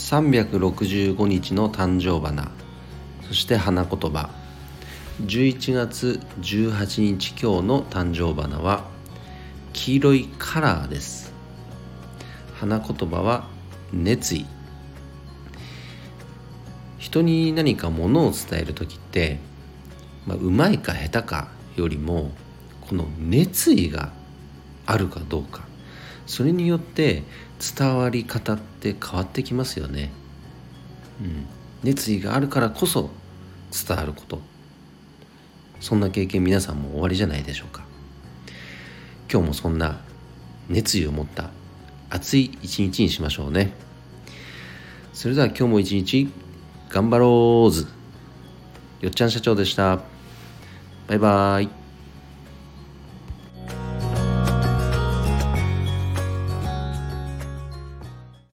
365日の誕生花、そして花言葉。11月18日今日の誕生花は黄色いカラーです。花言葉は熱意。人に何かものを伝えるときって、うまいか下手かよりもこの熱意があるかどうか、それによって伝わり方って変わってきますよね。熱意があるからこそ伝わること、そんな経験皆さんもおありじゃないでしょうか。今日もそんな熱意を持った熱い一日にしましょうね。それでは今日も一日頑張ろうず。よっちゃん社長でした。バイバイ。